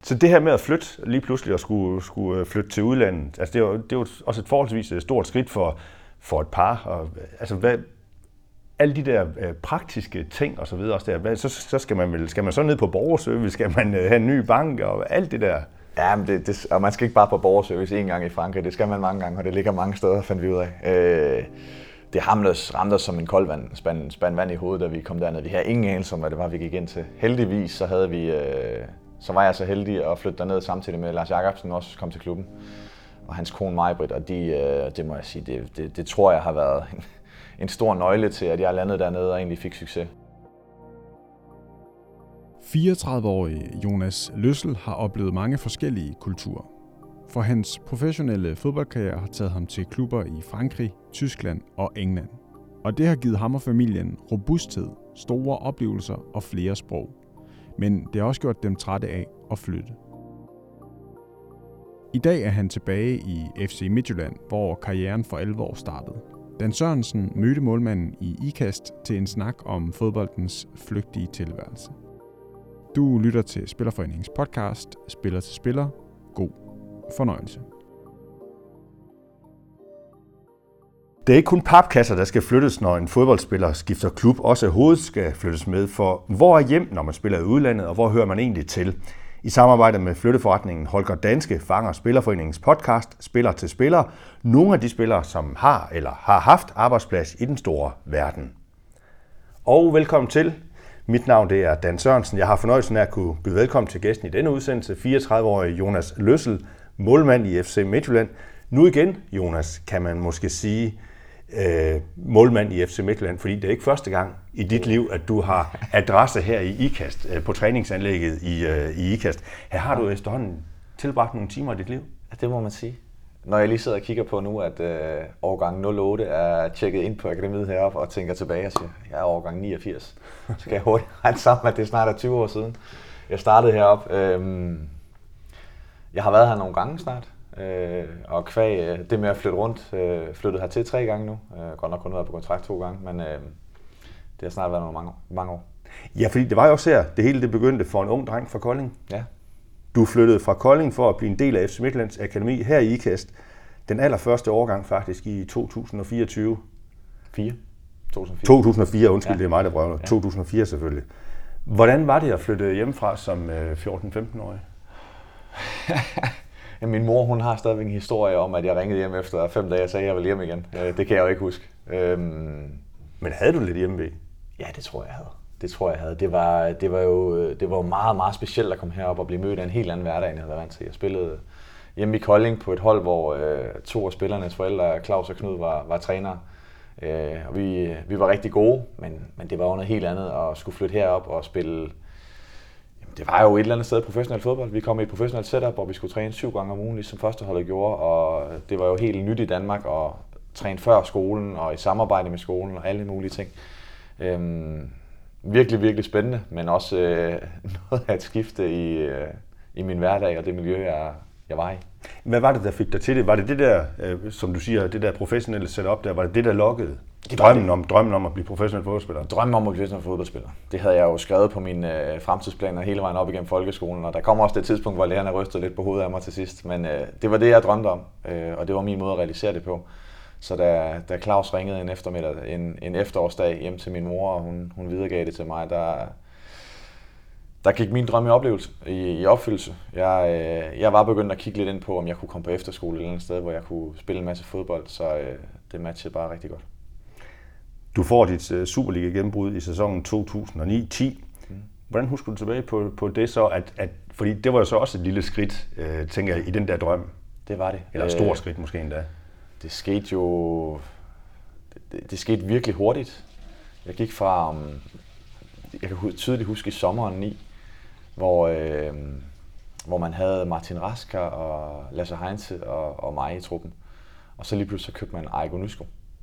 Så det her med at flytte lige pludselig og skulle flytte til udlandet, altså det er jo også et forholdsvis stort skridt for et par. Og, altså alle de der praktiske ting og så videre også der, så skal man så ned på borgerservice, skal man have en ny bank og alt det der. Ja, men og man skal ikke bare på borgerservice en gang i Frankrig, det skal man mange gange, og det ligger mange steder, fandt vi ud af. Det ramte os som en kold spand vand i hovedet, da vi kom derned. Vi havde ingen anelse om, hvad det var, vi gik ind til. Heldigvis så var jeg så heldig at flytte derned samtidig med Lars Jacobsen også kom til klubben. Og hans kone Maj-Britt, og det må jeg sige, det tror jeg har været en stor nøgle til, at jeg landede dernede og egentlig fik succes. 34-årige Jonas Løssel har oplevet mange forskellige kulturer. For hans professionelle fodboldkarriere har taget ham til klubber i Frankrig, Tyskland og England. Og det har givet ham og familien robusthed, store oplevelser og flere sprog. Men det har også gjort dem trætte af at flytte. I dag er han tilbage i FC Midtjylland, hvor karrieren for alvor startede. Dan Sørensen mødte målmanden i IKAST til en snak om fodboldens flygtige tilværelse. Du lytter til Spillerforeningens podcast, Spiller til Spiller. God fornøjelse. Det er ikke kun papkasser, der skal flyttes, når en fodboldspiller skifter klub. Også hovedet skal flyttes med, for hvor er hjem, når man spiller i udlandet, og hvor hører man egentlig til? I samarbejde med flytteforretningen Holger Danske fanger Spillerforeningens podcast Spiller til Spiller nogle af de spillere, som har eller har haft arbejdsplads i den store verden. Og velkommen til. Mit navn det er Dan Sørensen. Jeg har fornøjelsen af at kunne byde velkommen til gæsten i denne udsendelse, 34-årige Jonas Løssel, målmand i FC Midtjylland. Nu igen, Jonas, kan man måske sige målmand i FC Midtjylland, fordi det er ikke første gang i dit liv, at du har adresse her i IKAST, på træningsanlægget i IKAST. Her har du efterhånden tilbragt nogle timer i dit liv. Ja, det må man sige. Når jeg lige sidder og kigger på nu, at årgang 08 er tjekket ind på akademiet heroppe og tænker tilbage og siger, jeg er årgang 89, så skal jeg hurtigt regne sammen, at det snart er 20 år siden. Jeg startede heroppe. Jeg har været her nogle gange snart, og kvæg det med at flytte rundt, flyttet hertil 3 gange nu. Godt nok kun været på kontrakt 2 gange, men det har snart været nogle mange år. Ja, fordi det var jo også her, det hele det begyndte for en ung dreng fra Kolding. Ja. Du flyttede fra Kolding for at blive en del af FC Midtjyllands akademi her i IKAST. Den allerførste årgang faktisk i 2004, undskyld, ja. Det er mig, der brøvler. Ja. 2004 selvfølgelig. Hvordan var det at flytte hjemmefra som 14-15-årig? Ja, min mor, hun har stadigvæk en historie om, at jeg ringede hjem efter 5 dage og sagde, at jeg ville hjem igen. Det kan jeg jo ikke huske. Men havde du lidt hjemme? Ja, det tror jeg havde. Det var jo meget, meget specielt at komme herop og blive mødt af en helt anden hverdag, end jeg havde været vant til. Jeg spillede hjemme i Kolding på et hold, hvor 2 af spillernes forældre, Claus og Knud, var trænere. Og vi var rigtig gode, men det var jo noget helt andet at skulle flytte herop og spille. Jamen, det var jo et eller andet sted professionel fodbold. Vi kom i et professionelt setup, hvor vi skulle træne 7 gange om ugen, ligesom førsteholdet gjorde. Og det var jo helt nyt i Danmark at træne før skolen og i samarbejde med skolen og alle mulige ting. Virkelig, virkelig spændende, men også noget af et skifte i min hverdag og det miljø, jeg var i. Hvad var det, der fik dig til det? Var det det der, som du siger, det der professionelle setup der, var det der lokkede? Drømmen om at blive professionel fodboldspiller? Drømmen om at blive professionel fodboldspiller. Det havde jeg jo skrevet på mine fremtidsplaner hele vejen op igennem folkeskolen, og der kom også det tidspunkt, hvor lærerne rystede lidt på hovedet af mig til sidst. Men det var det, jeg drømte om, og det var min måde at realisere det på. Så da Claus ringede en efterårsdag hjem til min mor, og hun videregav det til mig, der gik min drøm i opfyldelse. Jeg var begyndt at kigge lidt ind på, om jeg kunne komme på efterskole et eller andet sted, hvor jeg kunne spille en masse fodbold, så det matchede bare rigtig godt. Du får dit Superliga-gennembrud i sæsonen 2009-10. Hvordan husker du tilbage på det så? Fordi det var jo så også et lille skridt, tænker jeg, i den der drøm. Det var det. Eller et stort skridt måske endda. Det skete jo... Det skete virkelig hurtigt. Jeg gik fra... Jeg kan tydeligt huske i sommeren 9, hvor man havde Martin Rasker og Lasse Heinze og mig i truppen. Og så lige pludselig købte man Aigo Nysko.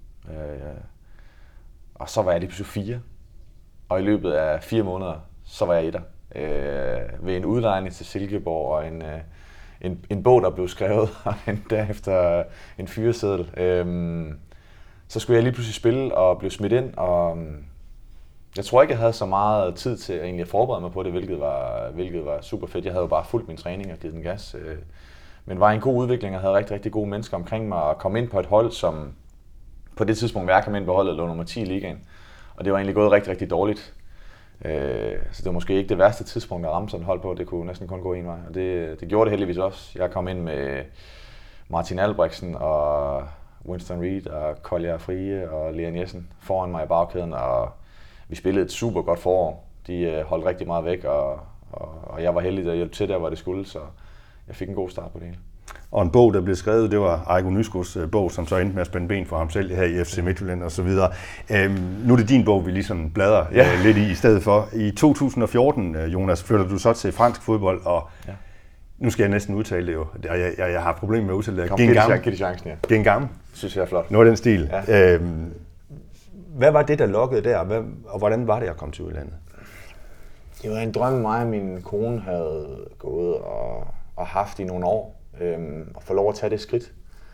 Og så var jeg lige pludselig 4. Og i løbet af 4 måneder, så var jeg etter. Ved en udlejning til Silkeborg og en bog, der blev skrevet, og derefter en fyreseddel. Så skulle jeg lige pludselig spille og blev smidt ind, og Jeg tror ikke, jeg havde så meget tid til egentlig at forberede mig på det, hvilket var super fedt. Jeg havde jo bare fulgt min træning og givet den gas. Men var en god udvikling og havde rigtig, rigtig gode mennesker omkring mig og kom ind på et hold, som på det tidspunkt, hvor jeg kom ind på holdet, lå nummer 10 i ligaen. Og det var egentlig gået rigtig, rigtig dårligt. Så det var måske ikke det værste tidspunkt at ramme sådan et hold på. Det kunne næsten kun gå en vej. Og det gjorde det heldigvis også. Jeg kom ind med Martin Albrechtsen og Winston Reed og Kolja Frie og Leon Jessen foran mig i bagkæden. Og vi spillede et super godt forår. De holdt rigtig meget væk, og jeg var heldig at hjælpe til der, hvor det skulle. Så jeg fik en god start på det hele. Og en bog, der blev skrevet, det var Aigo Nyskos bog, som så endte med at spænde ben for ham selv her i FC Midtjylland og så videre. Nu er det din bog, vi ligesom bladrer lidt i stedet for. I 2014, Jonas, flytter du så til fransk fodbold, og nu skal jeg næsten udtale det jo. Jeg har problemer med at udtale det. Giv det chancen, ja. Gengam. Synes jeg er flot. Noget af den stil. Ja. Hvad var det, der lokkede der, og hvordan var det at komme til udlandet? Det var en drøm, mig og min kone havde gået og haft i nogle år. Og få lov at tage det skridt.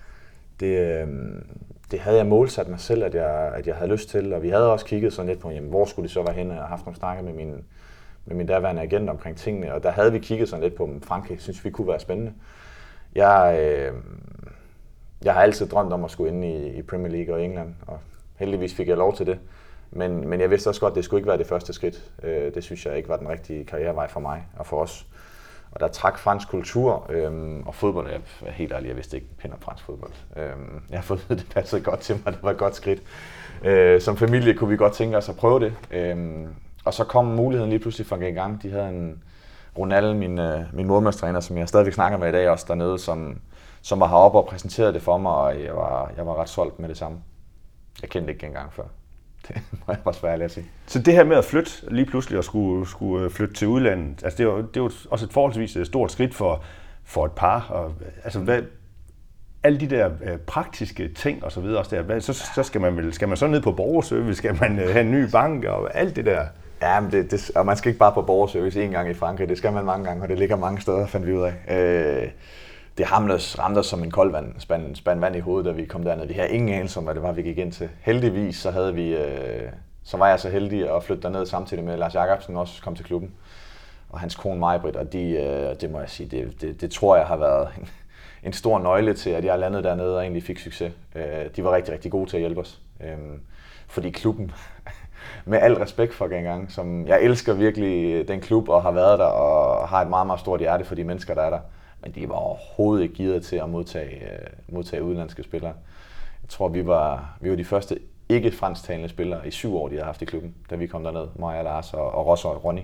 Det havde jeg målsat mig selv, at jeg havde lyst til, og vi havde også kigget sådan lidt på, jamen, hvor skulle det så være henne, og haft nogle snakker med min daværende agent omkring tingene, og der havde vi kigget sådan lidt på, om Frankrig synes vi kunne være spændende. Jeg har altid drømt om at skulle ind i Premier League og England, og heldigvis fik jeg lov til det. Men jeg vidste også godt, at det skulle ikke være det første skridt. Det synes jeg ikke var den rigtige karrierevej for mig og for os. Og der trak fransk kultur og fodbold. Jeg er helt ærlig, jeg vidste ikke pind om fransk fodbold. Jeg har fået det passede godt til mig, det var et godt skridt. Som familie kunne vi godt tænke os at prøve det. Og så kom muligheden lige pludselig for en gang. De havde en Ronald, min målmandstræner, som jeg stadigvæk snakker med i dag også dernede, som var heroppe og præsenterede det for mig, og jeg var ret solgt med det samme. Jeg kendte det ikke engang før. Det må jeg bare svært at sige. Så det her med at flytte lige pludselig og skulle flytte til udlandet, altså det er jo også et forholdsvis stort skridt for et par. Og, altså alle de der praktiske ting og så videre også der, så skal man så ned på borgerservice, skal man have en ny bank og alt det der. Ja, men og man skal ikke bare på borgerservice en gang i Frankrig, det skal man mange gange, og det ligger mange steder, fandt vi ud af. Det ramte os som en kold spand vand i hovedet, da vi kom derned. Vi havde ingen anelse om, hvad det var, vi gik ind til. Heldigvis så var jeg så heldig at flytte derned samtidig med Lars Jacobsen også kom til klubben. Og hans kone Maj-Britt, og det må jeg sige, det tror jeg har været en stor nøgle til, at jeg landede dernede og egentlig fik succes. De var rigtig, rigtig gode til at hjælpe os. Fordi klubben, med al respekt for gang, som jeg elsker virkelig den klub og har været der og har et meget, meget stort hjerte for de mennesker, der er der. Men de var overhovedet ikke gearet til at modtage udenlandske spillere. Jeg tror, vi var de første ikke fransktalende spillere i 7 år, de havde haft i klubben, da vi kom derned. Mig og Lars og Ross og Ronny.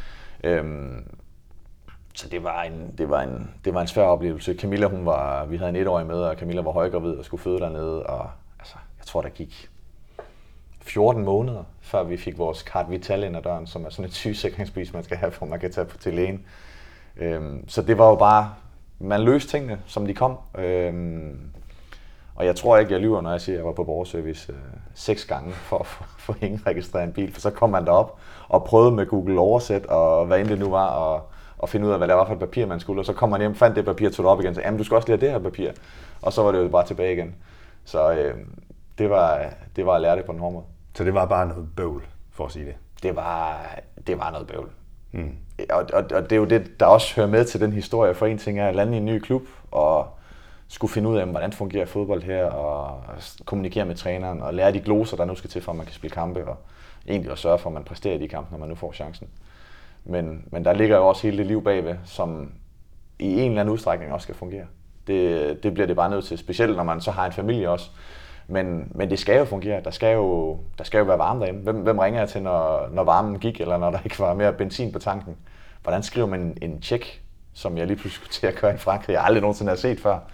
Så det var en svær oplevelse. Camilla, vi havde en 1-årig med, og Camilla var højgravid og skulle føde dernede. Og altså, jeg tror, der gik 14 måneder, før vi fik vores carte vitale ind ad døren, som er sådan et sygesikringsbevis, man skal have, for man kan tage til lægen. Så det var jo bare, man løste tingene, som de kom. Og jeg tror ikke, jeg lyver, når jeg siger, at jeg var på borgerservice 6 gange for at få ingen registreret en bil. For så kom man derop og prøvede med Google Oversæt og hvad end det nu var, og finde ud af, hvad det var for et papir, man skulle. Og så kom man hjem, fandt det papir, tog det op igen og sagde, jamen du skal også lære det her papir. Og så var det jo bare tilbage igen. Så det var at lære det på en hård måde. Så det var bare noget bøvl, for at sige det? Det var noget bøvl. Og det er jo det, der også hører med til den historie. For en ting er at lande i en ny klub og skulle finde ud af, hvordan fungerer fodbold her, og kommunikere med træneren og lære de gloser, der nu skal til, for at man kan spille kampe, og egentlig også sørge for, at man præsterer i de kampe, når man nu får chancen. Men der ligger jo også hele det liv bagved, som i en eller anden udstrækning også skal fungere. Det bliver det bare nødt til, specielt når man så har en familie også. Men det skal jo fungere. Der skal jo være varme derhjemme. Hvem ringer jeg til, når varmen gik, eller når der ikke var mere benzin på tanken? Hvordan skriver man en check, som jeg lige pludselig skulle til at gøre i Frankrig, jeg aldrig nogensinde har set før?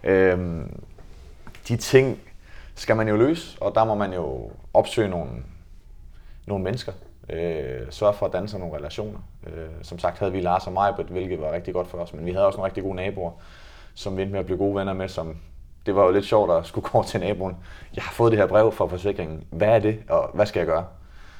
De ting skal man jo løse, og der må man jo opsøge nogle mennesker. Sørge for at danne sig nogle relationer. Som sagt havde vi Lars og Maj-Britt, hvilket var rigtig godt for os, men vi havde også nogle rigtig gode naboer, som vi endte med at blive gode venner med, som det var jo lidt sjovt at skulle gå til naboen. Jeg har fået det her brev fra forsikringen. Hvad er det, og hvad skal jeg gøre?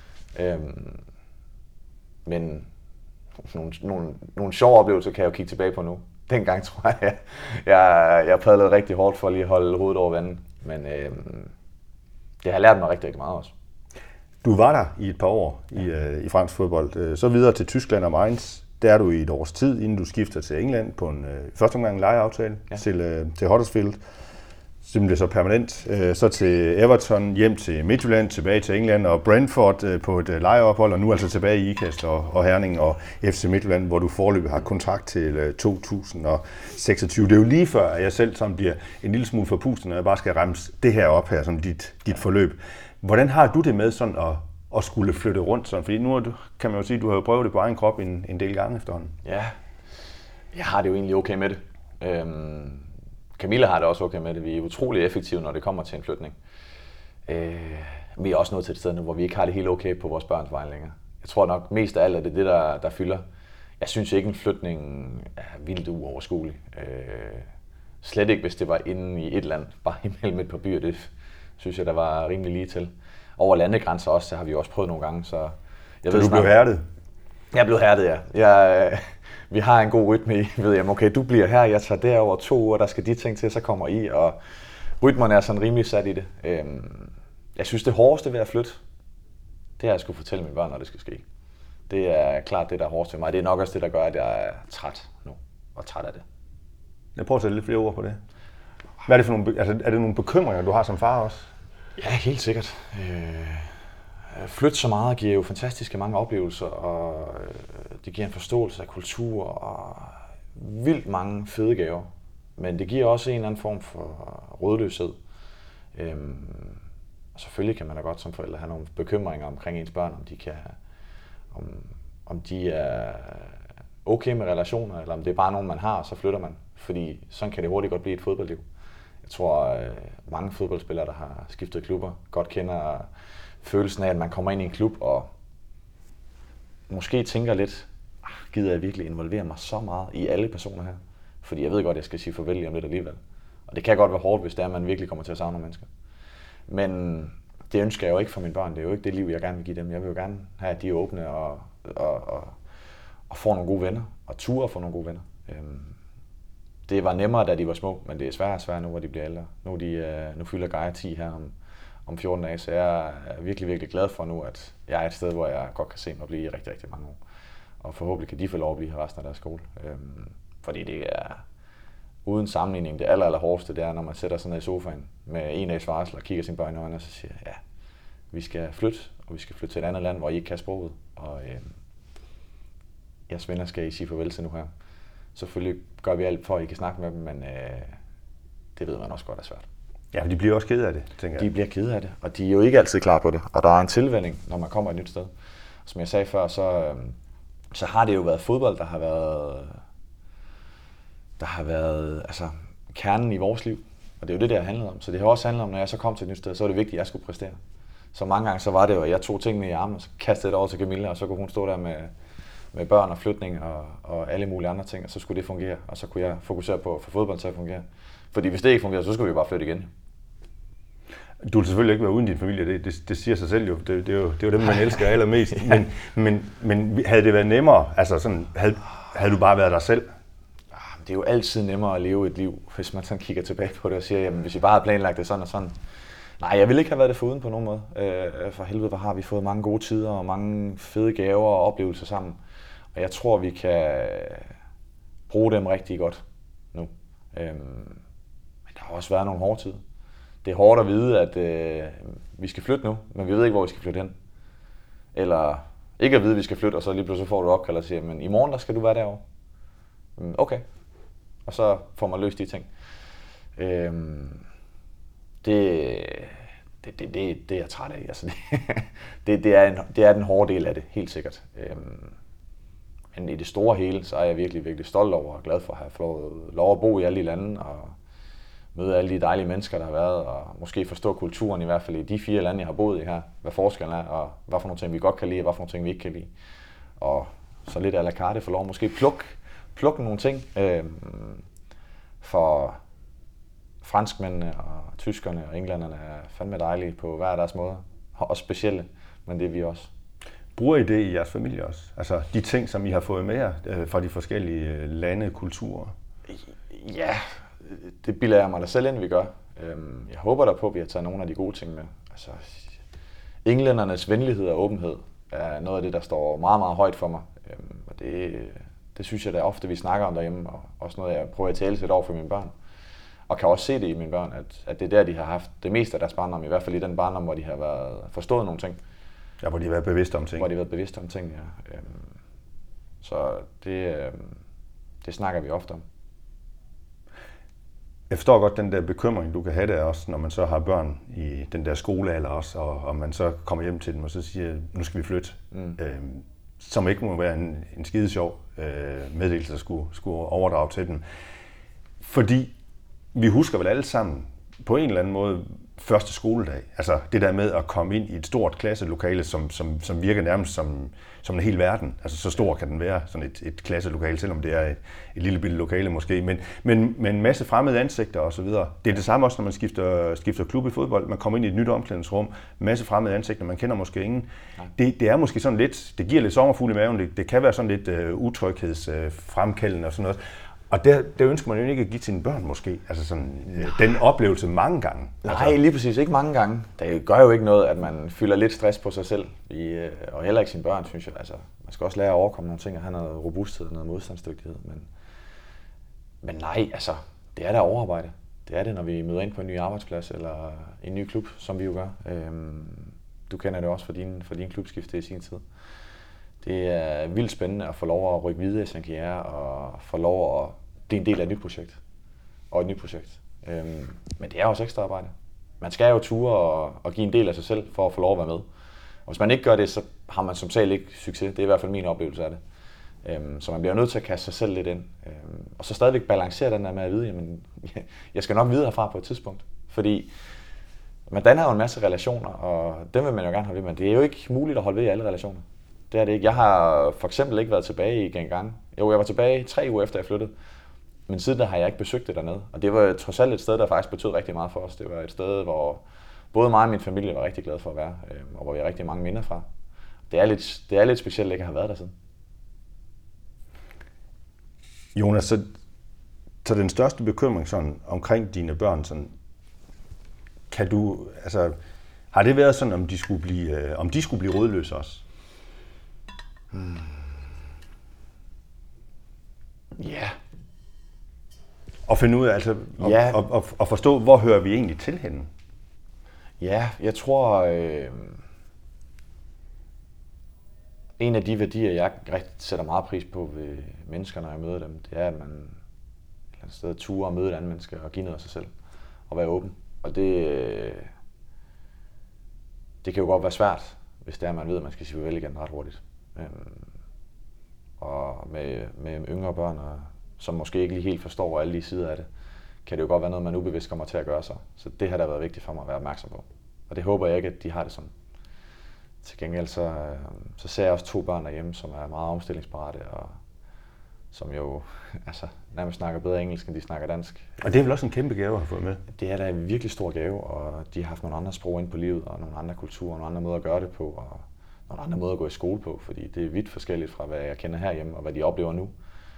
Men nogle sjove oplevelser kan jeg jo kigge tilbage på nu. Dengang tror jeg padlede rigtig hårdt for at lige holde hovedet over vandet. Men det har lært mig rigtig, rigtig meget også. Du var der i et par år i fransk fodbold. Så videre til Tyskland og Mainz. Der er du i et års tid, inden du skifter til England på en første omgang lejeaftale til Huddersfield. Det blev så permanent. Så til Everton, hjem til Midtjylland, tilbage til England og Brentford på et lejeophold, og nu altså tilbage i Ikast og Herning og FC Midtjylland, hvor du foreløbig har kontrakt til 2026. Det er jo lige før, at jeg selv sådan bliver en lille smule forpustet, når jeg bare skal remse det her op her, som dit forløb. Hvordan har du det med sådan at skulle flytte rundt sådan? Fordi nu kan man jo sige, at du har jo prøvet det på egen krop en del gange efterhånden. Ja, jeg har det jo egentlig okay med det. Camilla har det også okay med det. Vi er utrolig effektive, når det kommer til en flytning. Vi er også nået til et sted nu, hvor vi ikke har det helt okay på vores børns vej længere. Jeg tror nok mest af alt, at det er det, der fylder. Jeg synes ikke, en flytning er vildt uoverskuelig. Slet ikke, hvis det var inde i et land, bare imellem et par byer. Det synes jeg, der var rimelig lige til. Over landegrænser også, så har vi også prøvet nogle gange. Så du blev hærdet? Jeg blev hærdet, ja. Vi har en god rytme i, ved jeg, okay, du bliver her, jeg tager derover 2 uger, der skal de ting til, så kommer I, og rytmerne er sådan rimelig sat i det. Jeg synes, det hårdeste ved at flytte, det er at skulle fortælle mine børn, når det skal ske. Det er klart det, der er hårdest ved mig. Det er nok også det, der gør, at jeg er træt nu, og træt af det. Jeg prøver at sætte lidt flere ord på det. Hvad er det for nogle, er det nogle bekymringer, du har som far også? Ja, helt sikkert. Flytte så meget giver jo fantastiske mange oplevelser, og det giver en forståelse af kultur og vildt mange fede gaver. Men det giver også en eller anden form for rådløshed. Og selvfølgelig kan man da godt som forældre have nogle bekymringer omkring ens børn, om de er okay med relationer, eller om det er bare nogen, man har, og så flytter man. Fordi sådan kan det hurtigt godt blive et fodboldliv. Jeg tror, mange fodboldspillere, der har skiftet klubber, godt kender følelsen af, at man kommer ind i en klub og måske tænker lidt, gider jeg virkelig involvere mig så meget i alle personer her? Fordi jeg ved godt, at jeg skal sige farvel om lidt alligevel. Og det kan godt være hårdt, hvis det er, at man virkelig kommer til at savne nogle mennesker. Men det ønsker jeg jo ikke for mine børn. Det er jo ikke det liv, jeg gerne vil give dem. Jeg vil jo gerne have, at de er åbne og får nogle gode venner. Og ture få nogle gode venner. Det var nemmere, da de var små, men det er sværere og sværere nu, hvor de bliver ældre. Nu fylder Gaia 10 her om 14 dage, så jeg er virkelig, virkelig glad for nu, at jeg er et sted, hvor jeg godt kan se mig blive i rigtig, rigtig mange år. Og forhåbentlig kan de få lov at blive her resten af deres skole. Fordi det er uden sammenligning det aller hårdeste, det er, når man sætter sig ned i sofaen med en dags varsel og kigger sine børn i øjnene, og så siger ja, vi skal flytte, og vi skal flytte til et andet land, hvor I ikke kan sproget. Og jeres venner skal I sige farvel til nu her. Selvfølgelig gør vi alt for, at I kan snakke med dem, men det ved man også godt er svært. Ja, for de bliver også kede af det, tænker jeg. De bliver kede af det, og de er jo ikke altid klar på det. Og der er en tilvænning, når man kommer et nyt sted. Som jeg sagde før, så har det jo været fodbold, der har været altså, kernen i vores liv. Og det er jo det, det har handlet om. Så det har også handlet om, når jeg så kom til et nyt sted, så var det vigtigt, at jeg skulle præstere. Så mange gange så var det jo, at jeg tog tingene i armen, og så kastede det over til Camilla, og så kunne hun stå der med børn og flytning og alle mulige andre ting, og så skulle det fungere. Og så kunne jeg fokusere på at få fodbold til at fungere. Fordi hvis det ikke fungerede, så skulle vi bare flytte igen. Du vil selvfølgelig ikke være uden din familie, det siger sig selv jo. Det er jo dem, man elsker allermest. Men havde det været nemmere, altså sådan, havde du bare været dig selv? Det er jo altid nemmere at leve et liv, hvis man sådan kigger tilbage på det og siger, jamen hvis vi bare havde planlagt det sådan og sådan. Nej, jeg ville ikke have været det foruden på nogen måde. For helvede, hvor har vi fået mange gode tider og mange fede gaver og oplevelser sammen. Og jeg tror, vi kan bruge dem rigtig godt nu. Men der har også været nogle hårde tider. Det er hårdt at vide, at vi skal flytte nu, men vi ved ikke, hvor vi skal flytte hen. Eller ikke at vide, at vi skal flytte, og så lige pludselig får du opkald og siger, men i morgen der skal du være derovre. Okay. Og så får man løst de ting. Det er jeg træt af. Altså, det er den hårde del af det, helt sikkert. Men i det store hele, så er jeg virkelig, virkelig stolt over og glad for at have fået lov at bo i alle de lande og møde alle de dejlige mennesker, der har været, og måske forstå kulturen i hvert fald i de 4 lande, jeg har boet i her, hvad forskellen er, og hvad for nogle ting, vi godt kan lide, og hvad for nogle ting, vi ikke kan lide. Og så lidt à la carte få lov at måske plukke nogle ting for franskmændene og tyskerne og englænderne er fandme dejlige på hver deres måde, og specielle, men det er vi også. Bruger I det i jeres familie også? Altså de ting, som I har fået med jer fra de forskellige lande, kulturer? Ja, det bilder jeg mig da selv ind, vi gør. Jeg håber da på, at vi har taget nogle af de gode ting med. Altså, englændernes venlighed og åbenhed er noget af det, der står meget, meget højt for mig. Og det synes jeg da ofte, vi snakker om derhjemme, og også noget, jeg prøver at tale lidt over for mine børn. Og kan også se det i mine børn, at det er der, de har haft det meste af deres barndom, i hvert fald i den barndom, hvor de har været forstået nogle ting. Ja, hvor de har været bevidste om ting. Hvor de har været bevidste om ting, ja. Så det snakker vi ofte om. Jeg forstår godt den der bekymring, du kan have der også, når man så har børn i den der skolealder også, og man så kommer hjem til dem og så siger, nu skal vi flytte. Som ikke må være en skide sjov meddelelse, der skulle overdrage til dem. Fordi vi husker vel alle sammen på en eller anden måde første skoledag. Altså det der med at komme ind i et stort klasselokale, som virker nærmest som en hel verden. Altså så stor kan den være, sådan et klasselokale, selvom det er et lille bitte lokale måske. Men en masse fremmede ansigter og så videre. Det er det samme også, når man skifter klub i fodbold. Man kommer ind i et nyt omklædningsrum, masse fremmede ansigter, man kender måske ingen. Det er måske sådan lidt, det giver lidt sommerfugle i maven, det kan være sådan lidt utryghedsfremkaldende og sådan noget. Og der ønsker man jo ikke at give sine børn måske, altså sådan den oplevelse mange gange. Nej, lige præcis ikke mange gange. Det gør jo ikke noget, at man fylder lidt stress på sig selv, og heller ikke sine børn, synes jeg. Altså, man skal også lære at overkomme nogle ting og have noget robusthed og noget modstandsdygtighed. Men nej, altså, det er da overarbejde. Det er det, når vi møder ind på en ny arbejdsplads eller en ny klub, som vi jo gør. Du kender det også for din klubskifte i sin tid. Det er vildt spændende at få lov at rykke videre i sin karriere og få lov at blive en del af et nyt projekt. Men det er også ekstra arbejde. Man skal jo ture og give en del af sig selv for at få lov at være med. Og hvis man ikke gør det, så har man som selv ikke succes. Det er i hvert fald min oplevelse af det. Så man bliver nødt til at kaste sig selv lidt ind. Og så stadigvæk balancere den der med at vide, jamen, jeg skal nok videre herfra på et tidspunkt. Fordi man danner jo en masse relationer, og dem vil man jo gerne holde ved, men det er jo ikke muligt at holde ved i alle relationer. Det er det ikke. Jeg har for eksempel ikke været tilbage i Gengang. Jo, jeg var tilbage 3 uger efter jeg flyttede. Men siden da har jeg ikke besøgt det dernede. Og det var trods alt et sted, der faktisk betød rigtig meget for os. Det var et sted, hvor både mig og min familie var rigtig glade for at være, og hvor vi har rigtig mange minder fra. Det er lidt specielt ikke at have været der siden. Jonas, så den største bekymring sådan, omkring dine børn, sådan, har det været sådan, om de skulle blive rådløse også? Ja. Og finde ud af, altså, og forstå, hvor hører vi egentlig til henne? Ja, jeg tror, en af de værdier, jeg rigtig sætter meget pris på ved mennesker, når jeg møder dem, det er, at man et eller andet sted turer og møde et andet menneske og give noget af sig selv og være åben. Og det kan jo godt være svært, hvis det er, man ved, at man skal sige farvel igen ret hurtigt. Og med yngre børn, som måske ikke lige helt forstår alle de sider af det, kan det jo godt være noget, man ubevidst kommer til at gøre sig. Så det har da været vigtigt for mig at være opmærksom på. Og det håber jeg ikke, at de har det sådan. Til gengæld så ser jeg også 2 børn derhjemme, som er meget omstillingsparate, og som jo nærmest snakker bedre engelsk, end de snakker dansk. Og det er vel også en kæmpe gave at have fået med? Det er da en virkelig stor gave, og de har haft nogle andre sprog ind på livet, og nogle andre kulturer, nogle andre måder at gøre det på, og nogle andre måder at gå i skole på, fordi det er vidt forskelligt fra, hvad jeg kender herhjemme, og hvad de oplever nu.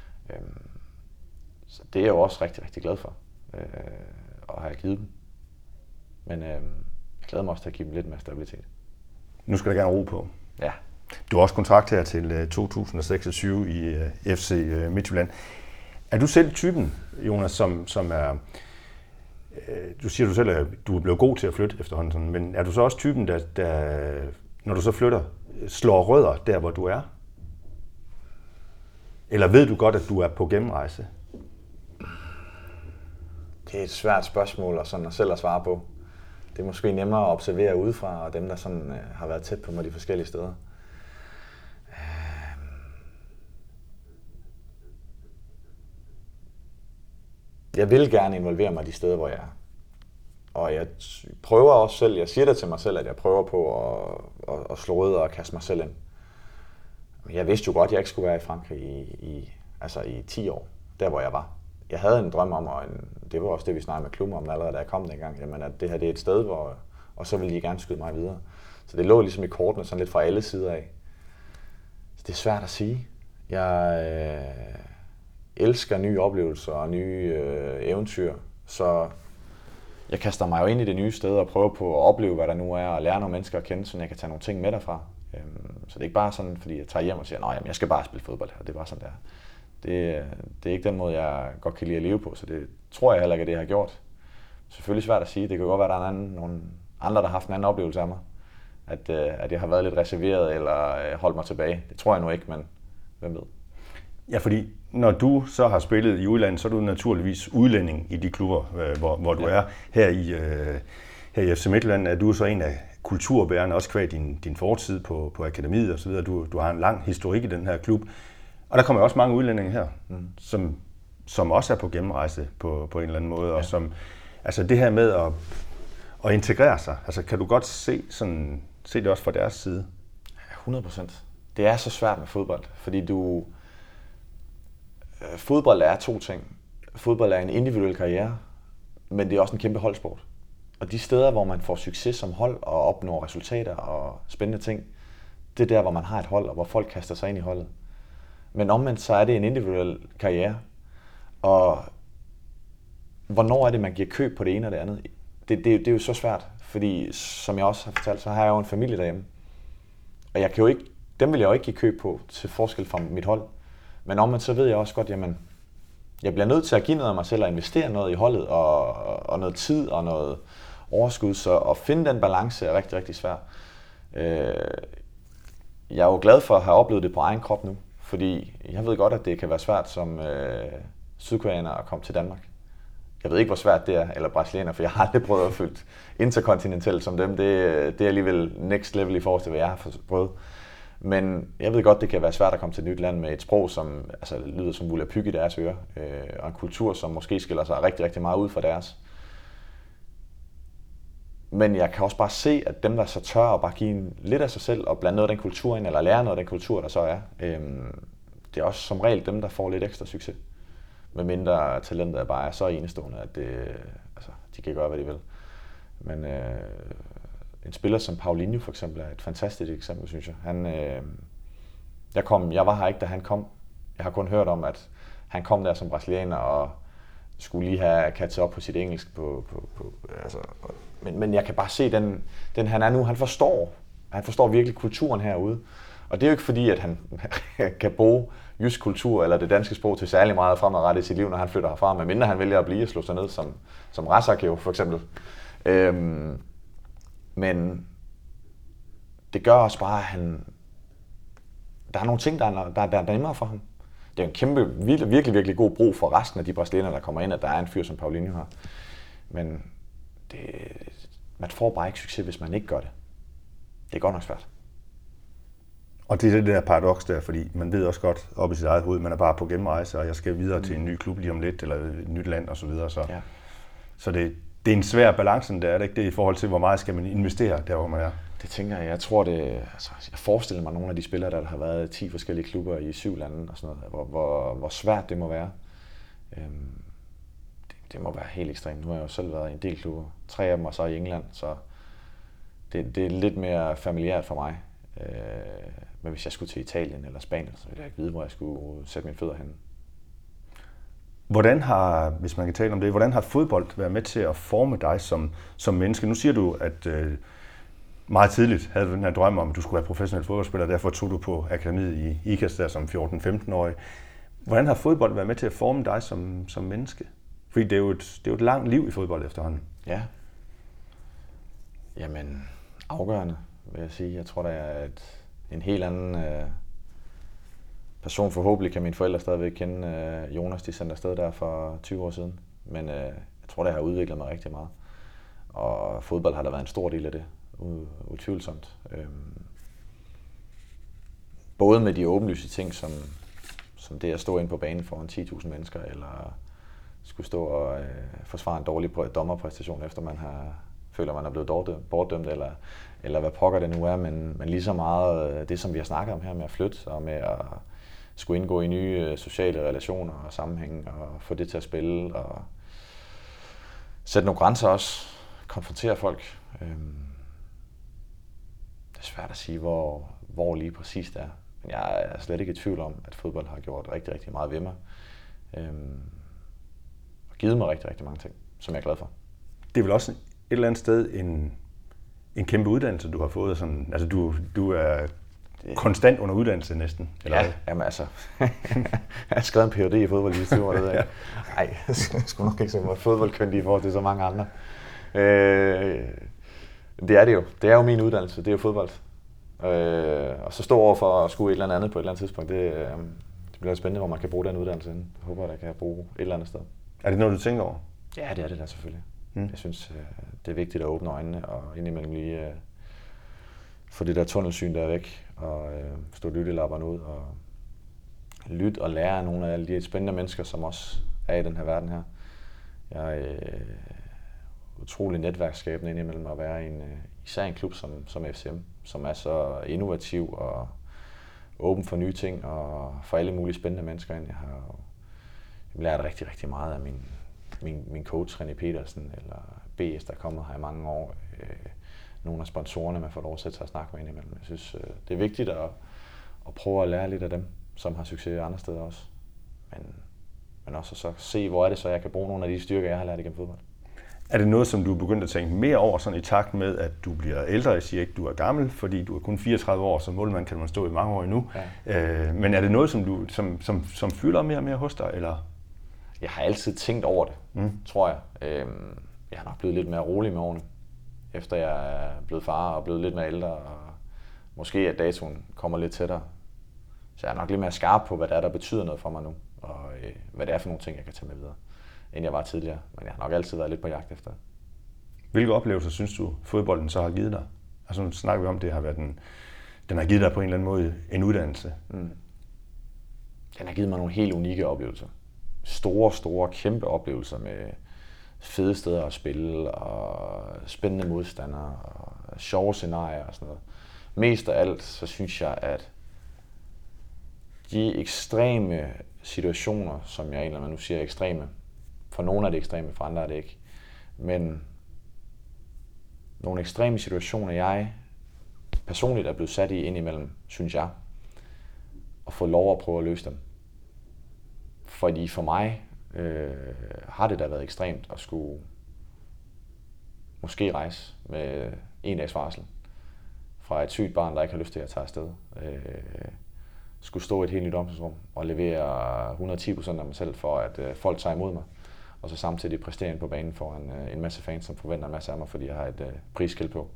Så det er jeg jo også rigtig, rigtig glad for, at have givet dem. Men jeg glæder mig også til at give dem lidt mere stabilitet. Nu skal der gerne ro på. Ja. Du har også kontrakt her til 2026 i FC Midtjylland. Er du selv typen, Jonas, som er... Du siger du selv, at du er blevet god til at flytte efterhånden, men er du så også typen, der når du så flytter, slår rødder der, hvor du er? Eller ved du godt, at du er på gennemrejse? Det er et svært spørgsmål at selv at svare på. Det er måske nemmere at observere udefra, og dem, der sådan, har været tæt på mig de forskellige steder. Jeg vil gerne involvere mig de steder, hvor jeg er. Og jeg prøver også selv, jeg siger det til mig selv, at jeg prøver på at slå rødder og kaste mig selv ind. Jeg vidste jo godt, at jeg ikke skulle være i Frankrig i 10 år, der hvor jeg var. Jeg havde en drøm om, og det var også det, vi snakkede med klubben om allerede, da jeg kom dengang, jamen, at det her det er et sted, og så ville de gerne skyde mig videre. Så det lå ligesom i kortene sådan lidt fra alle sider af. Så det er svært at sige. Jeg elsker nye oplevelser og nye eventyr, så jeg kaster mig jo ind i det nye sted og prøver på at opleve, hvad der nu er, og lære nogle mennesker at kende, så jeg kan tage nogle ting med derfra. Så det er ikke bare sådan, fordi jeg tager hjem og siger, nej, jeg skal bare spille fodbold her, det er bare sådan der. Det er ikke den måde, jeg godt kan lide at leve på, så det tror jeg heller ikke, at det har gjort. Selvfølgelig svært at sige, det kan godt være, at der er nogle andre, der har haft en anden oplevelse af mig. At jeg har været lidt reserveret eller holdt mig tilbage. Det tror jeg nu ikke, men hvem ved. Ja, fordi når du så har spillet i udlandet, så er du naturligvis udlænding i de klubber, hvor du er. Her i FC Midtjylland er du så en af kulturbærerne, også kvad din fortid på akademiet og så videre. Du har en lang historik i den her klub. Og der kommer også mange udlændinge her, som også er på gennemrejse på en eller anden måde. Ja. Og som, altså det her med at integrere sig, altså kan du godt se det også fra deres side? 100%. Det er så svært med fodbold, fordi fodbold er 2 ting. Fodbold er en individuel karriere, men det er også en kæmpe holdsport. Og de steder, hvor man får succes som hold og opnår resultater og spændende ting, det er der, hvor man har et hold, og hvor folk kaster sig ind i holdet. Men omvendt så er det en individuel karriere, og hvornår er det, man giver køb på det ene og det andet? Det er jo så svært, fordi som jeg også har fortalt, så har jeg jo en familie derhjemme. Og dem vil jeg jo ikke give køb på til forskel fra mit hold. Men omvendt så ved jeg også godt, jamen, jeg bliver nødt til at give noget af mig selv og investere noget i holdet og noget tid og noget overskud. Så at finde den balance er rigtig, rigtig svært. Jeg er jo glad for at have oplevet det på egen krop nu, fordi jeg ved godt, at det kan være svært som sydkoreaner at komme til Danmark. Jeg ved ikke, hvor svært det er, eller brasilianer, for jeg har aldrig prøvet at følge interkontinentalt som dem. Det er alligevel next level i forhold til, hvad jeg har prøvet. Men jeg ved godt, det kan være svært at komme til et nyt land med et sprog, som lyder som volapyk i deres ører, og en kultur, som måske skiller sig rigtig, rigtig meget ud fra deres. Men jeg kan også bare se, at dem, der så tør at bare give lidt af sig selv og blande noget af den kultur ind, eller lære noget af den kultur, der så er, det er også som regel dem, der får lidt ekstra succes. Med mindre talentet er bare så enestående, at de kan gøre, hvad de vil. Men en spiller som Paulinho for eksempel er et fantastisk eksempel, synes jeg. Jeg var her ikke, da han kom. Jeg har kun hørt om, at han kom der som brasilianer og skulle lige have catchet op på sit engelsk. Men jeg kan bare se, den han er nu, han forstår virkelig kulturen herude. Og det er jo ikke fordi, at han kan bruge jysk kultur eller det danske sprog til særlig meget fremadrettet i sit liv, når han flytter herfra, medmindre han vælger at blive og slå sig ned som Razak jo, for eksempel. Men det gør også bare, at der er nogle ting, der er nemmere for ham. Det er en kæmpe, virkelig, virkelig god brug for resten af de brasilianere, der kommer ind, at der er en fyr som Paulinho her. Men man får bare ikke succes, hvis man ikke gør det. Det er godt nok svært. Og det er det der paradoks der, fordi man ved også godt op i sit eget hoved, man er bare på gennemrejse, og jeg skal videre til en ny klub lige om lidt, eller et nyt land og så videre. Så det er en svær balance, der er det ikke det i forhold til, hvor meget skal man investere der, hvor man er. Det tænker jeg. Jeg tror jeg forestiller mig nogle af de spillere, der har været i 10 forskellige klubber i 7 lande og sådan noget, hvor svært det må være. Det må være helt ekstremt. Nu har jeg jo selv været i en del klubber. 3 af dem og så i England, så det er lidt mere familiært for mig. Men hvis jeg skulle til Italien eller Spanien, så ville jeg ikke vide, hvor jeg skulle sætte mine fødder henne. Hvis man kan tale om det, hvordan har fodbold været med til at forme dig som menneske? Nu siger du, at meget tidligt havde du den her drøm om, at du skulle være professionel fodboldspiller, og derfor tog du på akademiet i IKAST der som 14-15-årig. Hvordan har fodbold været med til at forme dig som menneske? Fordi det er jo et langt liv i fodbold efterhånden. Ja. Jamen, afgørende, vil jeg sige. Jeg tror, der er en helt anden person. Forhåbentlig kan mine forældre stadigvæk kende Jonas, de sendte afsted der for 20 år siden. Men jeg tror, det har udviklet mig rigtig meget. Og fodbold har der været en stor del af det, utvivlsomt. Både med de åbenlyse ting, som det at stå inde på banen foran 10.000 mennesker, eller skulle stå og forsvare en dårlig dommerpræstation, efter man føler, man er blevet bortdømt, eller hvad pokker det nu er, men lige så meget det, som vi har snakket om her med at flytte, og med at skulle indgå i nye sociale relationer og sammenhænge, og få det til at spille, og sætte nogle grænser også, konfrontere folk. Det er svært at sige, hvor lige præcis det er. Men jeg er slet ikke i tvivl om, at fodbold har gjort rigtig, rigtig meget ved mig. Og givet mig rigtig, rigtig mange ting, som jeg er glad for. det er vel også et eller andet sted en kæmpe uddannelse, du har fået. Sådan, altså du er konstant under uddannelse næsten. Eller ja, jamen altså, jeg har skrevet en Ph.D. i fodbold i 20 år, det ved jeg. Nej, jeg skulle nok ikke så fodboldkyndig i forhold til så mange andre. Det er det jo. Det er jo min uddannelse, det er jo fodbold. Og så stå over for at skulle et eller andet på et eller andet tidspunkt, det bliver spændende, hvor man kan bruge den uddannelse inden. Jeg håber, at jeg kan bruge et eller andet sted. Er det noget, du tænker over? Ja, det er det da selvfølgelig. Jeg synes, det er vigtigt at åbne øjnene og indimellem lige få det der tunnelsyn der væk og stå lyttelapperne ud og lytte og lære af nogle af alle de spændende mennesker, som også er i den her verden her. Jeg er utrolig netværksskabende indimellem at være i især en klub som FCM, som er så innovativ og åben for nye ting og for alle mulige spændende mennesker ind. Jeg har lært rigtig, rigtig meget af min coach René Petersen eller BS, der er kommet her i mange år. Nogle af sponsorerne, man får lov at sætte sig og snakke med indimellem. Jeg synes, det er vigtigt at prøve at lære lidt af dem, som har succes andre steder også. Men også så se, hvor er det så, jeg kan bruge nogle af de styrker, jeg har lært igennem fodbold. Er det noget, som du er begyndt at tænke mere over sådan i takt med, at du bliver ældre? Jeg siger ikke, du er gammel, fordi du er kun 34 år, som målmand kan man stå i mange år endnu. Ja. Men er det noget, som fylder mere og mere hos dig? Eller? Jeg har altid tænkt over det, tror jeg. Jeg har nok blevet lidt mere rolig med årene, efter jeg er blevet far og blevet lidt mere ældre. Og måske at datoen kommer lidt tættere. Så jeg er nok lidt mere skarp på, hvad det er, der betyder noget for mig nu. Og hvad det er for nogle ting, jeg kan tage med videre, end jeg var tidligere. Men jeg har nok altid været lidt på jagt efter. Hvilke oplevelser synes du, fodbolden så har givet dig? Altså nu snakker vi om, det har været den har givet dig på en eller anden måde en uddannelse. Den har givet mig nogle helt unikke oplevelser. Store, kæmpe oplevelser med fede steder at spille og spændende modstandere og sjove scenarier og sådan noget. Mest af alt, så synes jeg, at de ekstreme situationer, som jeg egentlig nu siger ekstreme, for nogle er det ekstreme, for andre er det ikke, men nogle ekstreme situationer, jeg personligt er blevet sat i indimellem, synes jeg, og få lov at prøve at løse dem. Fordi for mig har det da været ekstremt at skulle måske rejse med en dags varsel fra et sygt barn, der ikke har lyst til at tage afsted. Skulle stå i et helt nyt omklædningsrum og levere 110% af mig selv for, at folk tager imod mig. Og så samtidig præstere ind på banen for en masse fans, som forventer en masse af mig, fordi jeg har et prisskilt på.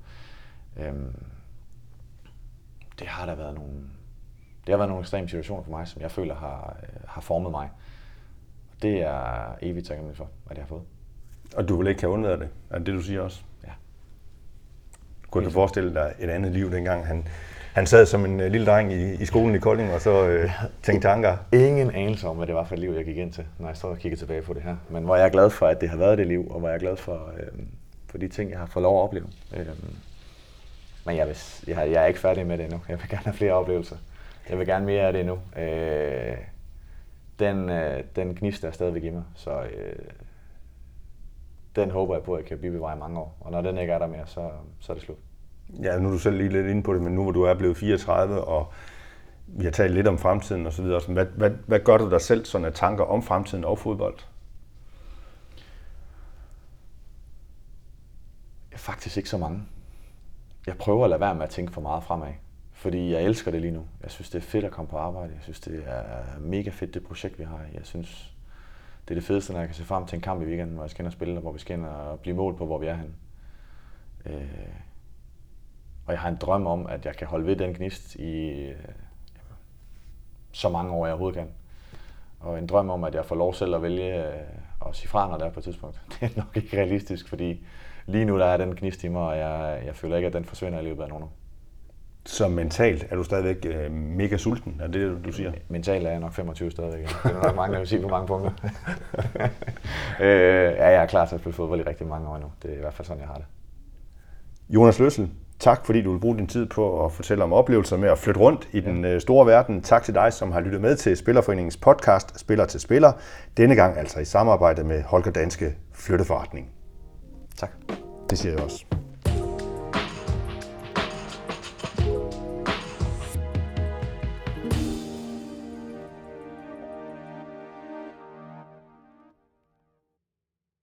Det har været nogle ekstreme situationer for mig, som jeg føler har formet mig. Og det er evigt taknemmelig for, hvad jeg har fået. Og du vil ikke have undværet det? Er det du siger også? Ja. Kunne du forestille dig et andet liv dengang han sad som en lille dreng i skolen i Kolding, og så tænkte tanker? Ingen anelse om, hvad det var for et liv, jeg gik ind til, når jeg står og kigger tilbage på det her. Men hvor jeg er glad for, at det har været det liv, og hvor jeg er glad for de ting, jeg har fået lov at opleve. Men jeg er ikke færdig med det endnu. Jeg vil gerne have flere oplevelser. Jeg vil gerne mere af det endnu. Den gnist er stadigvæk i mig, så den håber jeg på, at jeg kan bibevare i mange år. Og når den ikke er der mere, så er det slut. Ja, nu er du selv lige lidt inde på det, men nu hvor du er blevet 34, og vi har talt lidt om fremtiden og så videre. Hvad gør du dig selv sådan af tanker om fremtiden og fodbold? Faktisk ikke så mange. Jeg prøver at lade være med at tænke for meget fremad, fordi jeg elsker det lige nu. Jeg synes, det er fedt at komme på arbejde. Jeg synes, det er mega fedt, det projekt, vi har. Jeg synes, det er det fedeste, når jeg kan se frem til en kamp i weekenden, hvor jeg skal ind og spille, og hvor vi skal ind og blive målt på, hvor vi er henne. Og jeg har en drøm om, at jeg kan holde ved den gnist i så mange år, jeg overhovedet kan. Og en drøm om, at jeg får lov selv at vælge at sige fra, når det er på et tidspunkt. Det er nok ikke realistisk, fordi lige nu der er den gnist i mig, og jeg føler ikke, at den forsvinder i løbet af nogen år. Så mentalt er du stadigvæk mega sulten? Er det, du siger? Mentalt er jeg nok 25 stadigvæk. Ja. Det er nok mange, der vil sige på mange punkter. Jeg er klar til at spille fodbold i rigtig mange år nu. Det er i hvert fald sådan, jeg har det. Jonas Løssel, tak fordi du vil bruge din tid på at fortælle om oplevelser med at flytte rundt i den store verden. Tak til dig, som har lyttet med til Spillerforeningens podcast Spiller til Spiller. Denne gang altså i samarbejde med Holger Danske Flytteforretning. Tak. Det siger jeg også.